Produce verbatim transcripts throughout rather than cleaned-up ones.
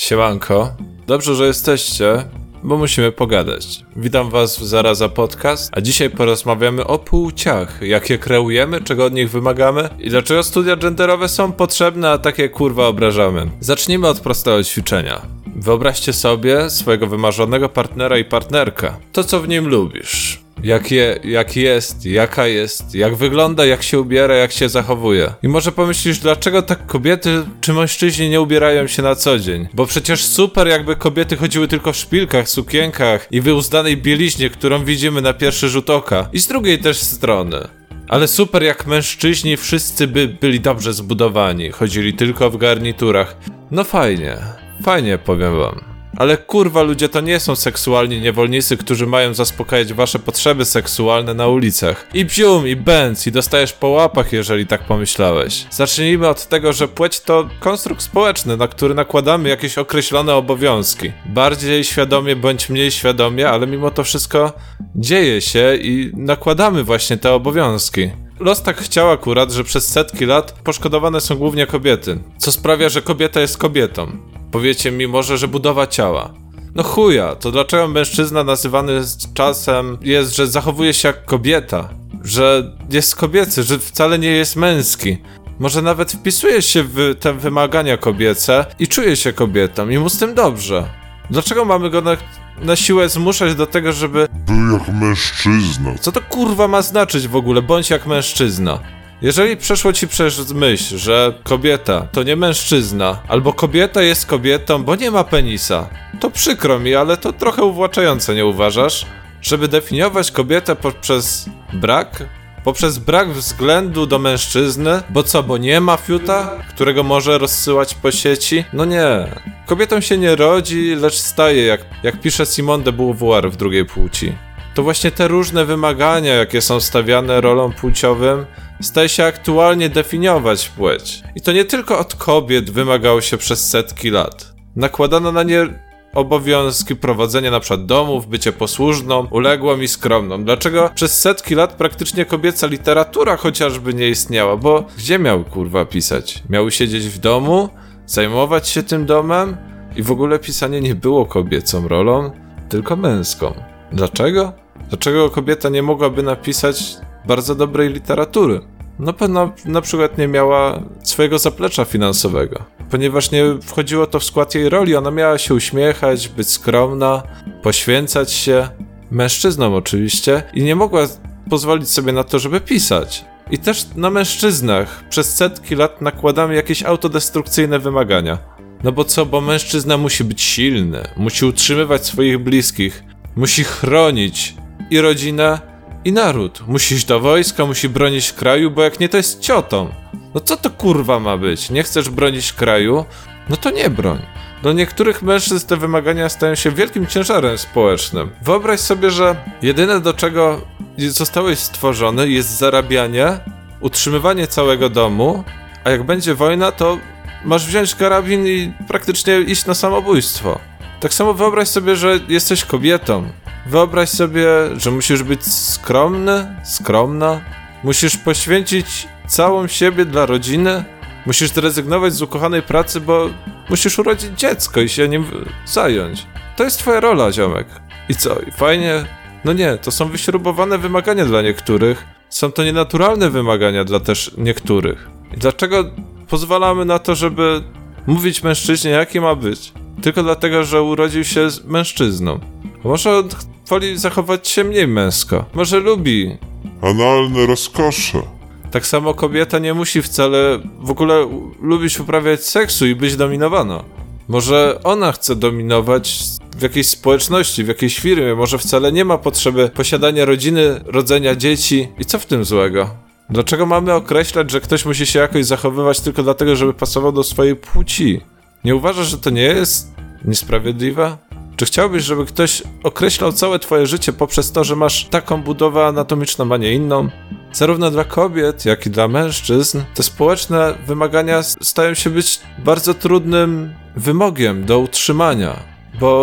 Siemanko, dobrze, że jesteście, bo musimy pogadać. Witam was w Zaraza Podcast, a dzisiaj porozmawiamy o płciach, jak je kreujemy, czego od nich wymagamy i dlaczego studia genderowe są potrzebne, a takie kurwa obrażamy. Zacznijmy od prostego ćwiczenia. Wyobraźcie sobie swojego wymarzonego partnera i partnerkę. To, co w nim lubisz. Jak, je, jak jest, jaka jest, jak wygląda, jak się ubiera, jak się zachowuje. I może pomyślisz, dlaczego tak kobiety czy mężczyźni nie ubierają się na co dzień? Bo przecież super, jakby kobiety chodziły tylko w szpilkach, sukienkach i wyuzdanej bieliźnie, którą widzimy na pierwszy rzut oka. I z drugiej też strony. Ale super, jak mężczyźni wszyscy by byli dobrze zbudowani, chodzili tylko w garniturach. No fajnie, fajnie powiem wam. Ale kurwa, ludzie to nie są seksualni niewolnicy, którzy mają zaspokajać wasze potrzeby seksualne na ulicach. I bzium, i bęc, i dostajesz po łapach, jeżeli tak pomyślałeś. Zacznijmy od tego, że płeć to konstrukt społeczny, na który nakładamy jakieś określone obowiązki. Bardziej świadomie bądź mniej świadomie, ale mimo to wszystko dzieje się i nakładamy właśnie te obowiązki. Los tak chciał akurat, że przez setki lat poszkodowane są głównie kobiety, co sprawia, że kobieta jest kobietą. Powiecie mi może, że budowa ciała. No chuja, to dlaczego mężczyzna nazywany z czasem jest, że zachowuje się jak kobieta? Że jest kobiecy, że wcale nie jest męski. Może nawet wpisuje się w te wymagania kobiece i czuje się kobietą i mu z tym dobrze. Dlaczego mamy go na, na siłę zmuszać do tego, żeby był jak mężczyzna? Co to kurwa ma znaczyć w ogóle? Bądź jak mężczyzna. Jeżeli przeszło ci przez myśl, że kobieta to nie mężczyzna, albo kobieta jest kobietą, bo nie ma penisa, to przykro mi, ale to trochę uwłaczające, nie uważasz? Żeby definiować kobietę poprzez brak? Poprzez brak względu do mężczyzny? Bo co, bo nie ma fiuta, którego może rozsyłać po sieci? No nie. Kobietą się nie rodzi, lecz staje, jak, jak pisze Simone de Beauvoir w drugiej płci. To właśnie te różne wymagania, jakie są stawiane rolom płciowym, staje się aktualnie definiować płeć. I to nie tylko od kobiet wymagało się przez setki lat. Nakładano na nie obowiązki prowadzenia na przykład domów, bycie posłuszną, uległą i skromną. Dlaczego przez setki lat praktycznie kobieca literatura chociażby nie istniała? Bo gdzie miał kurwa pisać? Miały siedzieć w domu, zajmować się tym domem i w ogóle pisanie nie było kobiecą rolą, tylko męską. Dlaczego? Dlaczego kobieta nie mogłaby napisać bardzo dobrej literatury? No pewno na przykład nie miała swojego zaplecza finansowego, ponieważ nie wchodziło to w skład jej roli. Ona miała się uśmiechać, być skromna, poświęcać się mężczyznom oczywiście i nie mogła pozwolić sobie na to, żeby pisać. I też na mężczyznach przez setki lat nakładamy jakieś autodestrukcyjne wymagania. No bo co, bo mężczyzna musi być silny, musi utrzymywać swoich bliskich, musi chronić i rodzinę, i naród. Musi iść do wojska, musi bronić kraju, bo jak nie, to jest ciotą. No co to kurwa ma być? Nie chcesz bronić kraju? No to nie broń. Dla niektórych mężczyzn te wymagania stają się wielkim ciężarem społecznym. Wyobraź sobie, że jedyne do czego zostałeś stworzony jest zarabianie, utrzymywanie całego domu, a jak będzie wojna, to masz wziąć karabin i praktycznie iść na samobójstwo. Tak samo wyobraź sobie, że jesteś kobietą. Wyobraź sobie, że musisz być skromny, skromna. Musisz poświęcić całą siebie dla rodziny. Musisz zrezygnować z ukochanej pracy, bo musisz urodzić dziecko i się nim zająć. To jest twoja rola, ziomek. I co? I fajnie? No nie, to są wyśrubowane wymagania dla niektórych. Są to nienaturalne wymagania dla też niektórych. I dlaczego pozwalamy na to, żeby mówić mężczyźnie, jaki ma być? Tylko dlatego, że urodził się z mężczyzną. Może on woli zachować się mniej męsko. Może lubi analne rozkosze. Tak samo kobieta nie musi wcale w ogóle lubić uprawiać seksu i być dominowana. Może ona chce dominować w jakiejś społeczności, w jakiejś firmie. Może wcale nie ma potrzeby posiadania rodziny, rodzenia dzieci. I co w tym złego? Dlaczego mamy określać, że ktoś musi się jakoś zachowywać tylko dlatego, żeby pasował do swojej płci? Nie uważasz, że to nie jest niesprawiedliwe? Czy chciałbyś, żeby ktoś określał całe twoje życie poprzez to, że masz taką budowę anatomiczną, a nie inną? Zarówno dla kobiet, jak i dla mężczyzn te społeczne wymagania stają się być bardzo trudnym wymogiem do utrzymania, bo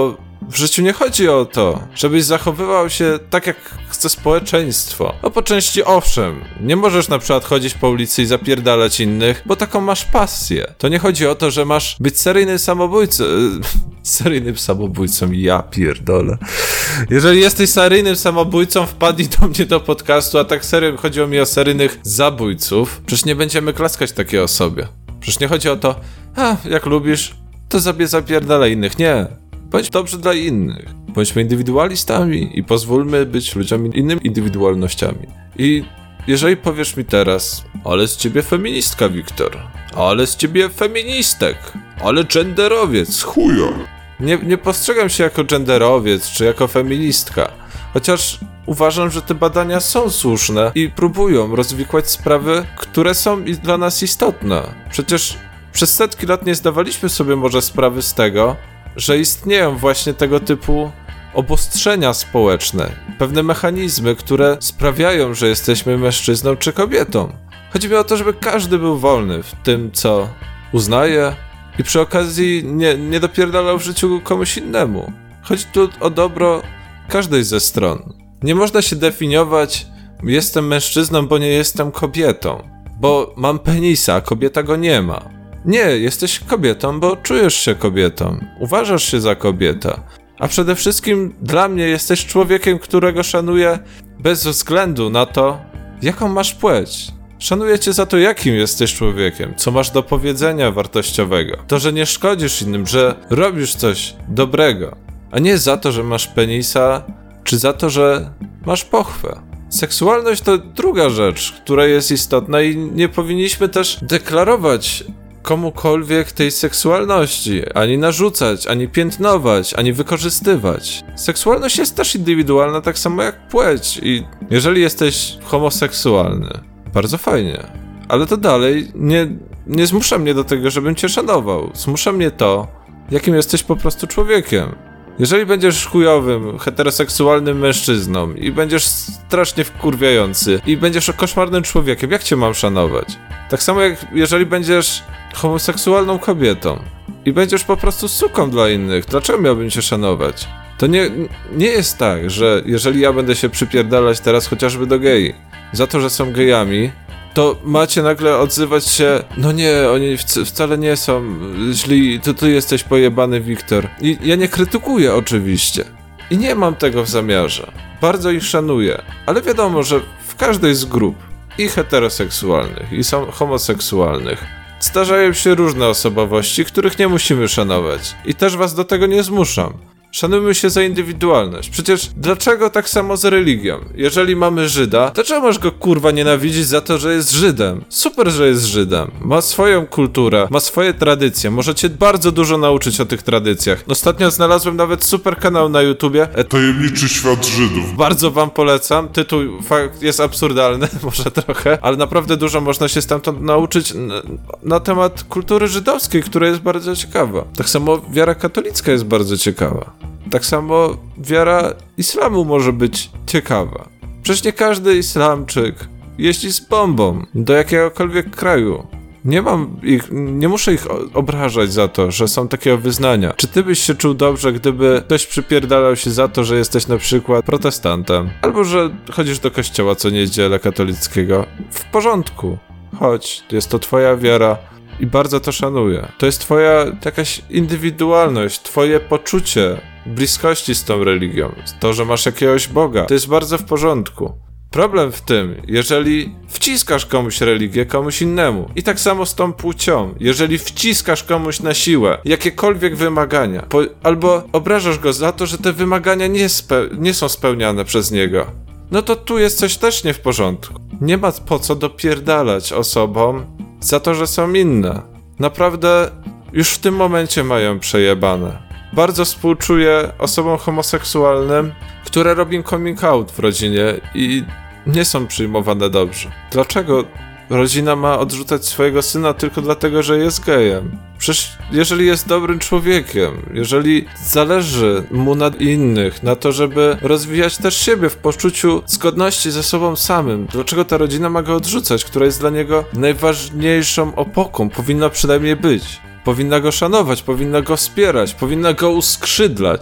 w życiu nie chodzi o to, żebyś zachowywał się tak, jak chce społeczeństwo. No po części owszem, nie możesz na przykład chodzić po ulicy i zapierdalać innych, bo taką masz pasję. To nie chodzi o to, że masz być seryjnym samobójcą. Seryjnym samobójcą, ja pierdolę. Jeżeli jesteś seryjnym samobójcą, wpadnij do mnie do podcastu, a tak serio chodziło mi o seryjnych zabójców. Przecież nie będziemy klaskać takiej osobie. Przecież nie chodzi o to, a jak lubisz, to sobie zapierdalaj innych. Nie. Bądź dobrzy dla innych. Bądźmy indywidualistami i pozwólmy być ludziom innymi indywidualnościami. I jeżeli powiesz mi teraz, ale z ciebie feministka, Wiktor, ale z ciebie feministek, ale genderowiec, Chuja. nie, nie postrzegam się jako genderowiec czy jako feministka, chociaż uważam, że te badania są słuszne i próbują rozwikłać sprawy, które są dla nas istotne. Przecież przez setki lat nie zdawaliśmy sobie może sprawy z tego, że istnieją właśnie tego typu obostrzenia społeczne, pewne mechanizmy, które sprawiają, że jesteśmy mężczyzną czy kobietą. Chodzi mi o to, żeby każdy był wolny w tym, co uznaje i przy okazji nie, nie dopierdalał w życiu komuś innemu. Chodzi tu o dobro każdej ze stron. Nie można się definiować, jestem mężczyzną, bo nie jestem kobietą, bo mam penisa, a kobieta go nie ma. Nie, jesteś kobietą, bo czujesz się kobietą, uważasz się za kobietę, a przede wszystkim dla mnie jesteś człowiekiem, którego szanuję bez względu na to, jaką masz płeć. Szanuję cię za to, jakim jesteś człowiekiem, co masz do powiedzenia wartościowego. To, że nie szkodzisz innym, że robisz coś dobrego, a nie za to, że masz penisa, czy za to, że masz pochwę. Seksualność to druga rzecz, która jest istotna i nie powinniśmy też deklarować komukolwiek tej seksualności, ani narzucać, ani piętnować, ani wykorzystywać. Seksualność jest też indywidualna, tak samo jak płeć i jeżeli jesteś homoseksualny, bardzo fajnie, ale to dalej nie, nie zmusza mnie do tego, żebym cię szanował. Zmusza mnie to, jakim jesteś po prostu człowiekiem. Jeżeli będziesz chujowym, heteroseksualnym mężczyzną i będziesz strasznie wkurwiający i będziesz koszmarnym człowiekiem, jak cię mam szanować? Tak samo jak jeżeli będziesz homoseksualną kobietą i będziesz po prostu suką dla innych, dlaczego miałbym cię szanować? To nie, nie jest tak, że jeżeli ja będę się przypierdalać teraz chociażby do gei za to, że są gejami, to macie nagle odzywać się, no nie, oni wc- wcale nie są źli, to ty jesteś pojebany, Wiktor. I ja nie krytykuję oczywiście. I nie mam tego w zamiarze. Bardzo ich szanuję. Ale wiadomo, że w każdej z grup, i heteroseksualnych, i są homoseksualnych, zdarzają się różne osobowości, których nie musimy szanować. I też was do tego nie zmuszam. Szanujmy się za indywidualność. Przecież dlaczego tak samo z religią? Jeżeli mamy Żyda, dlaczego masz go kurwa nienawidzić za to, że jest Żydem? Super, że jest Żydem. Ma swoją kulturę, ma swoje tradycje. Możecie bardzo dużo nauczyć o tych tradycjach. Ostatnio znalazłem nawet super kanał na YouTubie. Tajemniczy świat Żydów. Bardzo wam polecam. Tytuł fakt jest absurdalny, może trochę, ale naprawdę dużo można się stamtąd nauczyć na, na temat kultury żydowskiej, która jest bardzo ciekawa. Tak samo wiara katolicka jest bardzo ciekawa. Tak samo wiara islamu może być ciekawa. Przecież nie każdy islamczyk jeździ z bombą do jakiegokolwiek kraju. Nie mam ich, nie muszę ich obrażać za to, że są takiego wyznania. Czy ty byś się czuł dobrze, gdyby ktoś przypierdalał się za to, że jesteś na przykład protestantem? Albo że chodzisz do kościoła co niedzielę katolickiego? W porządku. Chodź, jest to twoja wiara. I bardzo to szanuję. To jest twoja jakaś indywidualność, twoje poczucie bliskości z tą religią, to, że masz jakiegoś Boga. To jest bardzo w porządku. Problem w tym, jeżeli wciskasz komuś religię, komuś innemu. I tak samo z tą płcią. Jeżeli wciskasz komuś na siłę jakiekolwiek wymagania, po, albo obrażasz go za to, że te wymagania nie, spe- nie są spełniane przez niego, no to tu jest coś też nie w porządku. Nie ma po co dopierdalać osobom za to, że są inne. Naprawdę już w tym momencie mają przejebane. Bardzo współczuję osobom homoseksualnym, które robią coming out w rodzinie i nie są przyjmowane dobrze. Dlaczego rodzina ma odrzucać swojego syna tylko dlatego, że jest gejem? Przecież jeżeli jest dobrym człowiekiem, jeżeli zależy mu na innych, na to, żeby rozwijać też siebie w poczuciu zgodności ze sobą samym, dlaczego ta rodzina ma go odrzucać, która jest dla niego najważniejszą opoką, powinna przynajmniej być. Powinna go szanować, powinna go wspierać, powinna go uskrzydlać.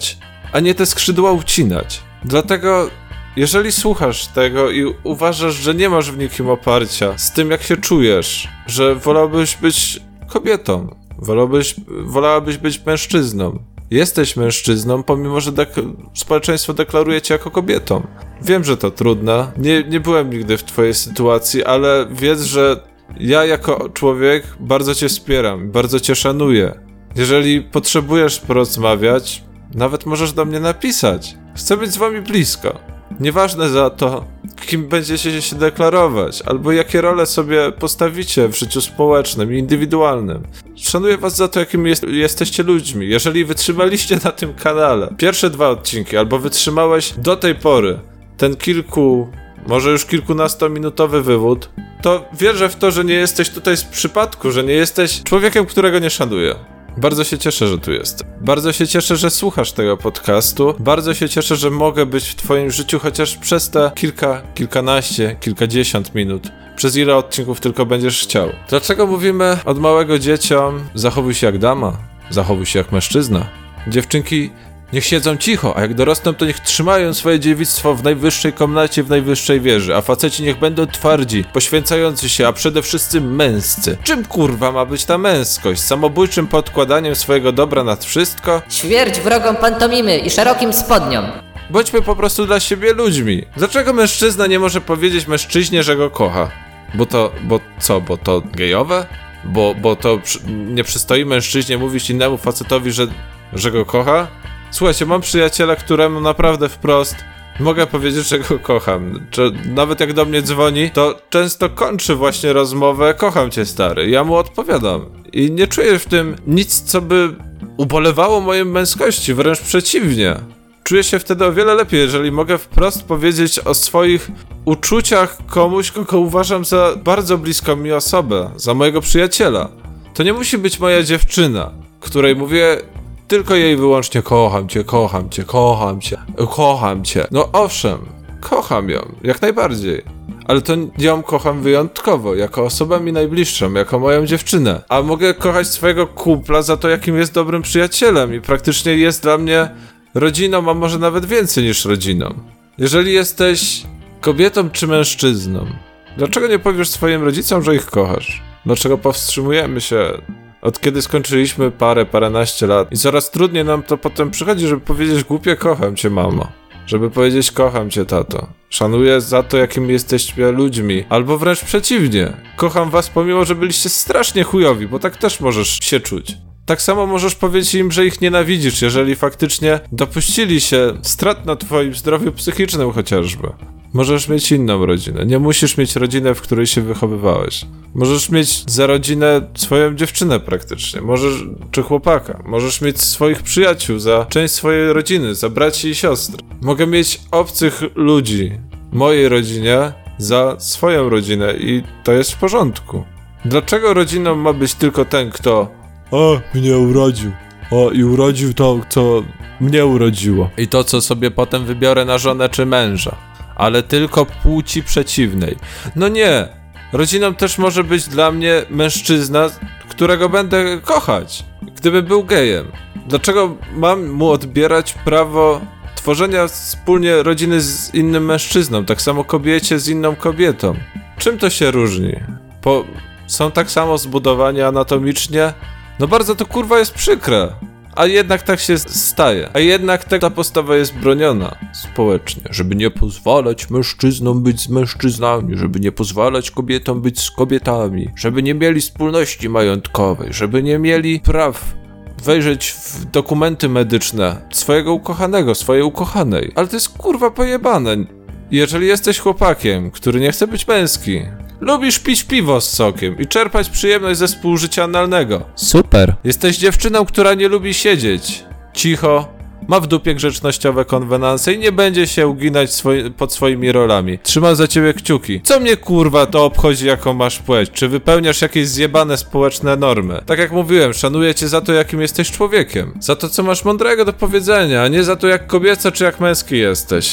a nie te skrzydła ucinać. Dlatego, jeżeli słuchasz tego i uważasz, że nie masz w nikim oparcia z tym, jak się czujesz, że wolałbyś być kobietą, wolałbyś, wolałabyś być mężczyzną, jesteś mężczyzną, pomimo że dek- społeczeństwo deklaruje cię jako kobietą. Wiem, że to trudne, nie, nie byłem nigdy w twojej sytuacji, ale wiedz, że ja jako człowiek bardzo cię wspieram, bardzo cię szanuję. Jeżeli potrzebujesz porozmawiać, nawet możesz do mnie napisać. Chcę być z wami blisko. Nieważne za to, kim będziecie się deklarować, albo jakie role sobie postawicie w życiu społecznym i indywidualnym. Szanuję was za to, jakim jest, jesteście ludźmi. Jeżeli wytrzymaliście na tym kanale pierwsze dwa odcinki, albo wytrzymałeś do tej pory ten kilku, może już kilkunastominutowy wywód, to wierzę w to, że nie jesteś tutaj z przypadku, że nie jesteś człowiekiem, którego nie szanuję. Bardzo się cieszę, że tu jest. Bardzo się cieszę, że słuchasz tego podcastu. Bardzo się cieszę, że mogę być w twoim życiu chociaż przez te kilka, kilkanaście, kilkadziesiąt minut. Przez ile odcinków tylko będziesz chciał. Dlaczego mówimy od małego dzieciom zachowuj się jak dama, zachowuj się jak mężczyzna? Dziewczynki niech siedzą cicho, a jak dorosną, to niech trzymają swoje dziewictwo w najwyższej komnacie, w najwyższej wieży, a faceci niech będą twardzi, poświęcający się, a przede wszystkim męscy. Czym kurwa ma być ta męskość? Samobójczym podkładaniem swojego dobra nad wszystko? Śmierć wrogom pantomimy i szerokim spodniom. Bądźmy po prostu dla siebie ludźmi. Dlaczego mężczyzna nie może powiedzieć mężczyźnie, że go kocha? Bo to, bo co, bo to gejowe? Bo, bo to przy, nie przystoi mężczyźnie mówić innemu facetowi, że, że go kocha? Słuchajcie, mam przyjaciela, któremu naprawdę wprost mogę powiedzieć, że go kocham. Czy nawet jak do mnie dzwoni, to często kończy właśnie rozmowę kocham cię, stary. Ja mu odpowiadam. I nie czuję w tym nic, co by ubolewało mojej męskości, wręcz przeciwnie. Czuję się wtedy o wiele lepiej, jeżeli mogę wprost powiedzieć o swoich uczuciach komuś, kogo uważam za bardzo bliską mi osobę, za mojego przyjaciela. To nie musi być moja dziewczyna, której mówię tylko jej wyłącznie kocham cię, kocham cię, kocham cię, kocham cię. No owszem, kocham ją, jak najbardziej. Ale to ją kocham wyjątkowo, jako osobę mi najbliższą, jako moją dziewczynę. A mogę kochać swojego kumpla za to, jakim jest dobrym przyjacielem i praktycznie jest dla mnie rodziną, a może nawet więcej niż rodziną. Jeżeli jesteś kobietą czy mężczyzną, dlaczego nie powiesz swoim rodzicom, że ich kochasz? Dlaczego powstrzymujemy się od kiedy skończyliśmy parę, paręnaście lat i coraz trudniej nam to potem przychodzi, żeby powiedzieć głupie kocham cię, mamo. Żeby powiedzieć kocham cię, tato. Szanuję za to, jakim jesteście ludźmi. Albo wręcz przeciwnie. Kocham was pomimo, że byliście strasznie chujowi, bo tak też możesz się czuć. Tak samo możesz powiedzieć im, że ich nienawidzisz, jeżeli faktycznie dopuścili się strat na twoim zdrowiu psychicznym chociażby. Możesz mieć inną rodzinę. Nie musisz mieć rodziny, w której się wychowywałeś. Możesz mieć za rodzinę swoją dziewczynę praktycznie. Możesz, czy chłopaka. Możesz mieć swoich przyjaciół za część swojej rodziny, za braci i siostry. Mogę mieć obcych ludzi w mojej rodzinie za swoją rodzinę i to jest w porządku. Dlaczego rodziną ma być tylko ten, kto o, mnie urodził. O, i urodził to, co mnie urodziło. I to, co sobie potem wybiorę na żonę czy męża. Ale tylko płci przeciwnej. No nie. Rodziną też może być dla mnie mężczyzna, którego będę kochać, gdyby był gejem. Dlaczego mam mu odbierać prawo tworzenia wspólnie rodziny z innym mężczyzną, tak samo kobiecie z inną kobietą? Czym to się różni? Po... Są tak samo zbudowani anatomicznie? No bardzo to kurwa jest przykre. A jednak tak się staje. A jednak ta postawa jest broniona społecznie. Żeby nie pozwalać mężczyznom być z mężczyznami, żeby nie pozwalać kobietom być z kobietami, żeby nie mieli wspólności majątkowej, żeby nie mieli praw wejrzeć w dokumenty medyczne swojego ukochanego, swojej ukochanej. Ale to jest kurwa pojebane. Jeżeli jesteś chłopakiem, który nie chce być męski, lubisz pić piwo z sokiem i czerpać przyjemność ze współżycia analnego. Super. Jesteś dziewczyną, która nie lubi siedzieć cicho, ma w dupie grzecznościowe konwenanse i nie będzie się uginać swoi- pod swoimi rolami. Trzymam za ciebie kciuki. Co mnie kurwa to obchodzi, jaką masz płeć? Czy wypełniasz jakieś zjebane społeczne normy? Tak jak mówiłem, szanuję cię za to, jakim jesteś człowiekiem. Za to, co masz mądrego do powiedzenia, a nie za to, jak kobieca czy jak męski jesteś.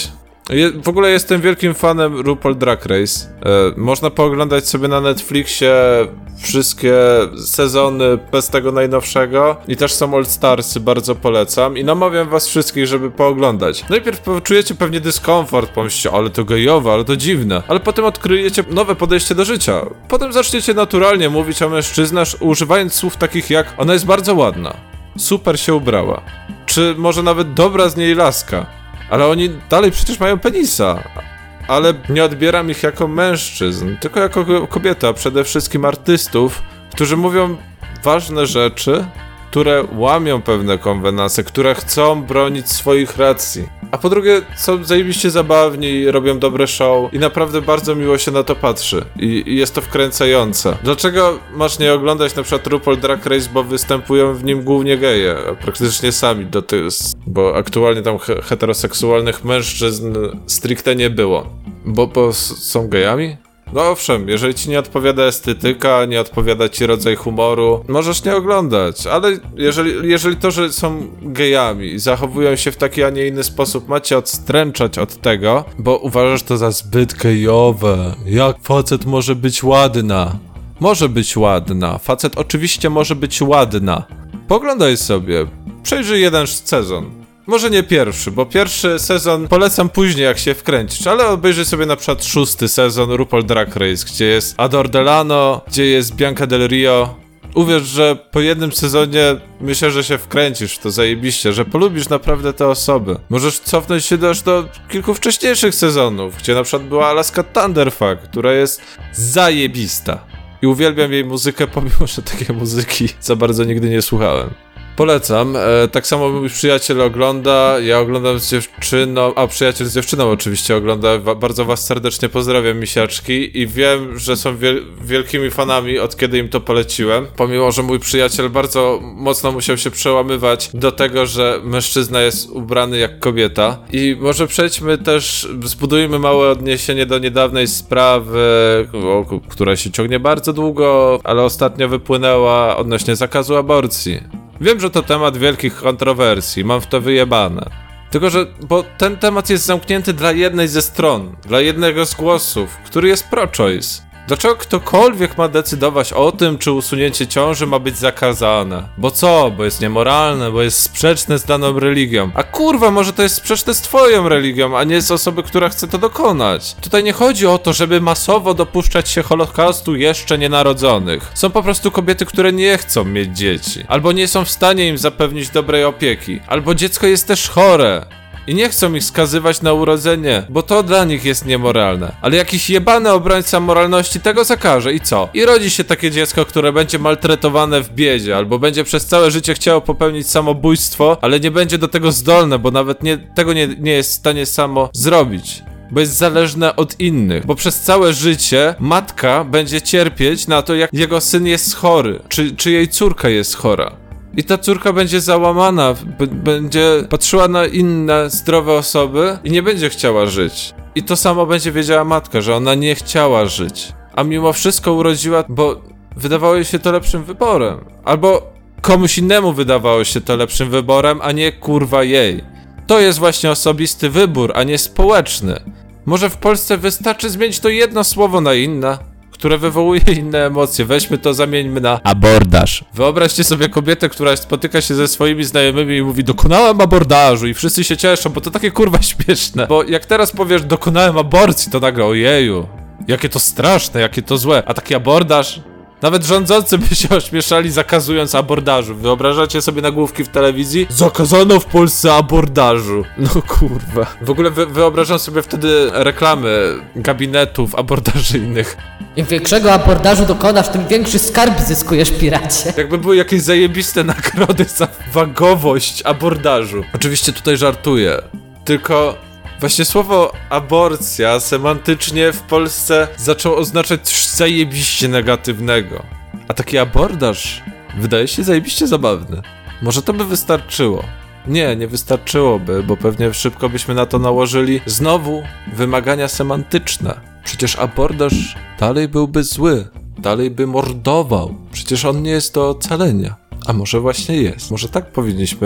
Je, w ogóle jestem wielkim fanem RuPaul Drag Race. E, można pooglądać sobie na Netflixie wszystkie sezony bez tego najnowszego i też są All Starsy, bardzo polecam i namawiam was wszystkich, żeby pooglądać. Najpierw poczujecie pewnie dyskomfort, pomyślicie, ale to gejowe, ale to dziwne, ale potem odkryjecie nowe podejście do życia. Potem zaczniecie naturalnie mówić o mężczyznach, używając słów takich jak ona jest bardzo ładna, super się ubrała, czy może nawet dobra z niej laska. Ale oni dalej przecież mają penisa. Ale nie odbieram ich jako mężczyzn, tylko jako kobieta, przede wszystkim artystów, którzy mówią ważne rzeczy, które łamią pewne konwenanse, które chcą bronić swoich racji. A po drugie, są zajebiście zabawni, robią dobre show i naprawdę bardzo miło się na to patrzy. I, i jest to wkręcające. Dlaczego masz nie oglądać na przykład RuPaul Drag Race, bo występują w nim głównie geje, a praktycznie sami do tych, bo aktualnie tam he- heteroseksualnych mężczyzn stricte nie było. Bo, bo są gejami? No owszem, jeżeli ci nie odpowiada estetyka, nie odpowiada ci rodzaj humoru, możesz nie oglądać, ale jeżeli, jeżeli to, że są gejami i zachowują się w taki, a nie inny sposób, macie odstręczać od tego, bo uważasz to za zbyt gejowe. Jak facet może być ładna? Może być ładna. Facet oczywiście może być ładna. Poglądaj sobie. Przejrzyj jeden sezon. Może nie pierwszy, bo pierwszy sezon polecam później, jak się wkręcisz, ale obejrzyj sobie na przykład szósty sezon RuPaul Drag Race, gdzie jest Adore Delano, gdzie jest Bianca Del Rio. Uwierz, że po jednym sezonie myślę, że się wkręcisz w to zajebiście, że polubisz naprawdę te osoby. Możesz cofnąć się też do kilku wcześniejszych sezonów, gdzie na przykład była Alaska Thunderfuck, która jest zajebista. I uwielbiam jej muzykę, pomimo że takiej muzyki za bardzo nigdy nie słuchałem. Polecam, e, tak samo mój przyjaciel ogląda, ja oglądam z dziewczyną, a przyjaciel z dziewczyną oczywiście ogląda, wa- bardzo was serdecznie pozdrawiam, misiaczki, i wiem, że są wiel- wielkimi fanami od kiedy im to poleciłem, pomimo że mój przyjaciel bardzo mocno musiał się przełamywać do tego, że mężczyzna jest ubrany jak kobieta. I może przejdźmy też, zbudujmy małe odniesienie do niedawnej sprawy, o, która się ciągnie bardzo długo, ale ostatnio wypłynęła odnośnie zakazu aborcji. Wiem, że to temat wielkich kontrowersji, mam w to wyjebane. Tylko, że, bo ten temat jest zamknięty dla jednej ze stron, dla jednego z głosów, który jest pro-choice. Dlaczego ktokolwiek ma decydować o tym, czy usunięcie ciąży ma być zakazane? Bo co? Bo jest niemoralne, bo jest sprzeczne z daną religią. A kurwa, może to jest sprzeczne z twoją religią, a nie z osoby, która chce to dokonać. Tutaj nie chodzi o to, żeby masowo dopuszczać się Holokaustu jeszcze nienarodzonych. Są po prostu kobiety, które nie chcą mieć dzieci. Albo nie są w stanie im zapewnić dobrej opieki. Albo dziecko jest też chore. I nie chcą ich skazywać na urodzenie, bo to dla nich jest niemoralne. Ale jakiś jebany obrońca moralności tego zakaże i co? I rodzi się takie dziecko, które będzie maltretowane w biedzie, albo będzie przez całe życie chciało popełnić samobójstwo, ale nie będzie do tego zdolne, bo nawet nie, tego nie, nie jest w stanie samo zrobić. Bo jest zależne od innych, bo przez całe życie matka będzie cierpieć na to, jak jego syn jest chory, czy, czy jej córka jest chora. I ta córka będzie załamana, b- będzie patrzyła na inne zdrowe osoby i nie będzie chciała żyć. I to samo będzie wiedziała matka, że ona nie chciała żyć. A mimo wszystko urodziła, bo wydawało jej się to lepszym wyborem. Albo komuś innemu wydawało się to lepszym wyborem, a nie kurwa jej. To jest właśnie osobisty wybór, a nie społeczny. Może w Polsce wystarczy zmienić to jedno słowo na inne, które wywołuje inne emocje. Weźmy to, zamieńmy na abordaż. Wyobraźcie sobie kobietę, która spotyka się ze swoimi znajomymi i mówi: dokonałem abordażu, i wszyscy się cieszą, bo to takie kurwa śmieszne. Bo jak teraz powiesz dokonałem aborcji, to nagle ojeju, jakie to straszne, jakie to złe. A taki abordaż? Nawet rządzący by się ośmieszali, zakazując abordażu. Wyobrażacie sobie nagłówki w telewizji? Zakazano w Polsce abordażu. No kurwa. W ogóle wy- wyobrażam sobie wtedy reklamy gabinetów abordażyjnych. Im większego abordażu dokonasz, tym większy skarb zyskujesz, piracie. Jakby były jakieś zajebiste nagrody za wagowość abordażu. Oczywiście tutaj żartuję. Tylko właśnie słowo aborcja semantycznie w Polsce zaczęło oznaczać coś zajebiście negatywnego. A taki abordaż wydaje się zajebiście zabawny. Może to by wystarczyło. Nie, nie wystarczyłoby, bo pewnie szybko byśmy na to nałożyli znowu wymagania semantyczne. Przecież abordaż dalej byłby zły, dalej by mordował. Przecież on nie jest do ocalenia. A może właśnie jest. Może tak powinniśmy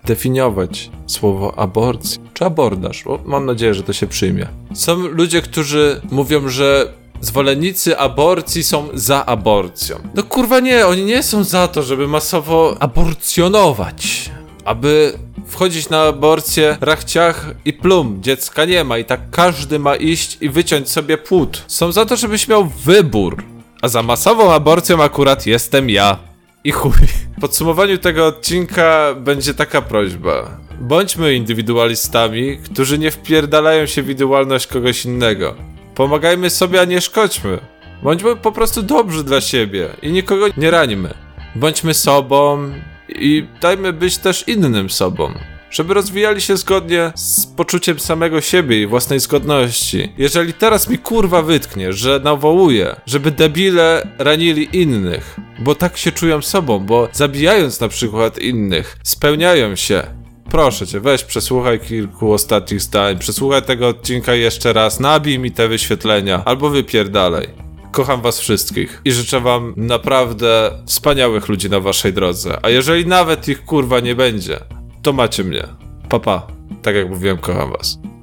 definiować słowo aborcji czy abordaż, bo mam nadzieję, że to się przyjmie. Są ludzie, którzy mówią, że zwolennicy aborcji są za aborcją. No kurwa nie, oni nie są za to, żeby masowo aborcjonować. Aby wchodzić na aborcję rachciach i plum, dziecka nie ma i tak każdy ma iść i wyciąć sobie płód. Są za to, żebyś miał wybór. A za masową aborcją akurat jestem ja. I chuj. W podsumowaniu tego odcinka będzie taka prośba. Bądźmy indywidualistami, którzy nie wpierdalają się w indywidualność kogoś innego. Pomagajmy sobie, a nie szkodźmy. Bądźmy po prostu dobrzy dla siebie i nikogo nie rańmy. Bądźmy sobą i dajmy być też innym sobą. Żeby rozwijali się zgodnie z poczuciem samego siebie i własnej zgodności. Jeżeli teraz mi kurwa wytknie, że nawołuję, żeby debile ranili innych, bo tak się czują sobą, bo zabijając na przykład innych, spełniają się. Proszę cię, weź przesłuchaj kilku ostatnich zdań, przesłuchaj tego odcinka jeszcze raz, nabij mi te wyświetlenia, albo wypierdalaj. Kocham was wszystkich i życzę wam naprawdę wspaniałych ludzi na waszej drodze, a jeżeli nawet ich kurwa nie będzie, to macie mnie. Pa, pa. Tak jak mówiłem, kocham was.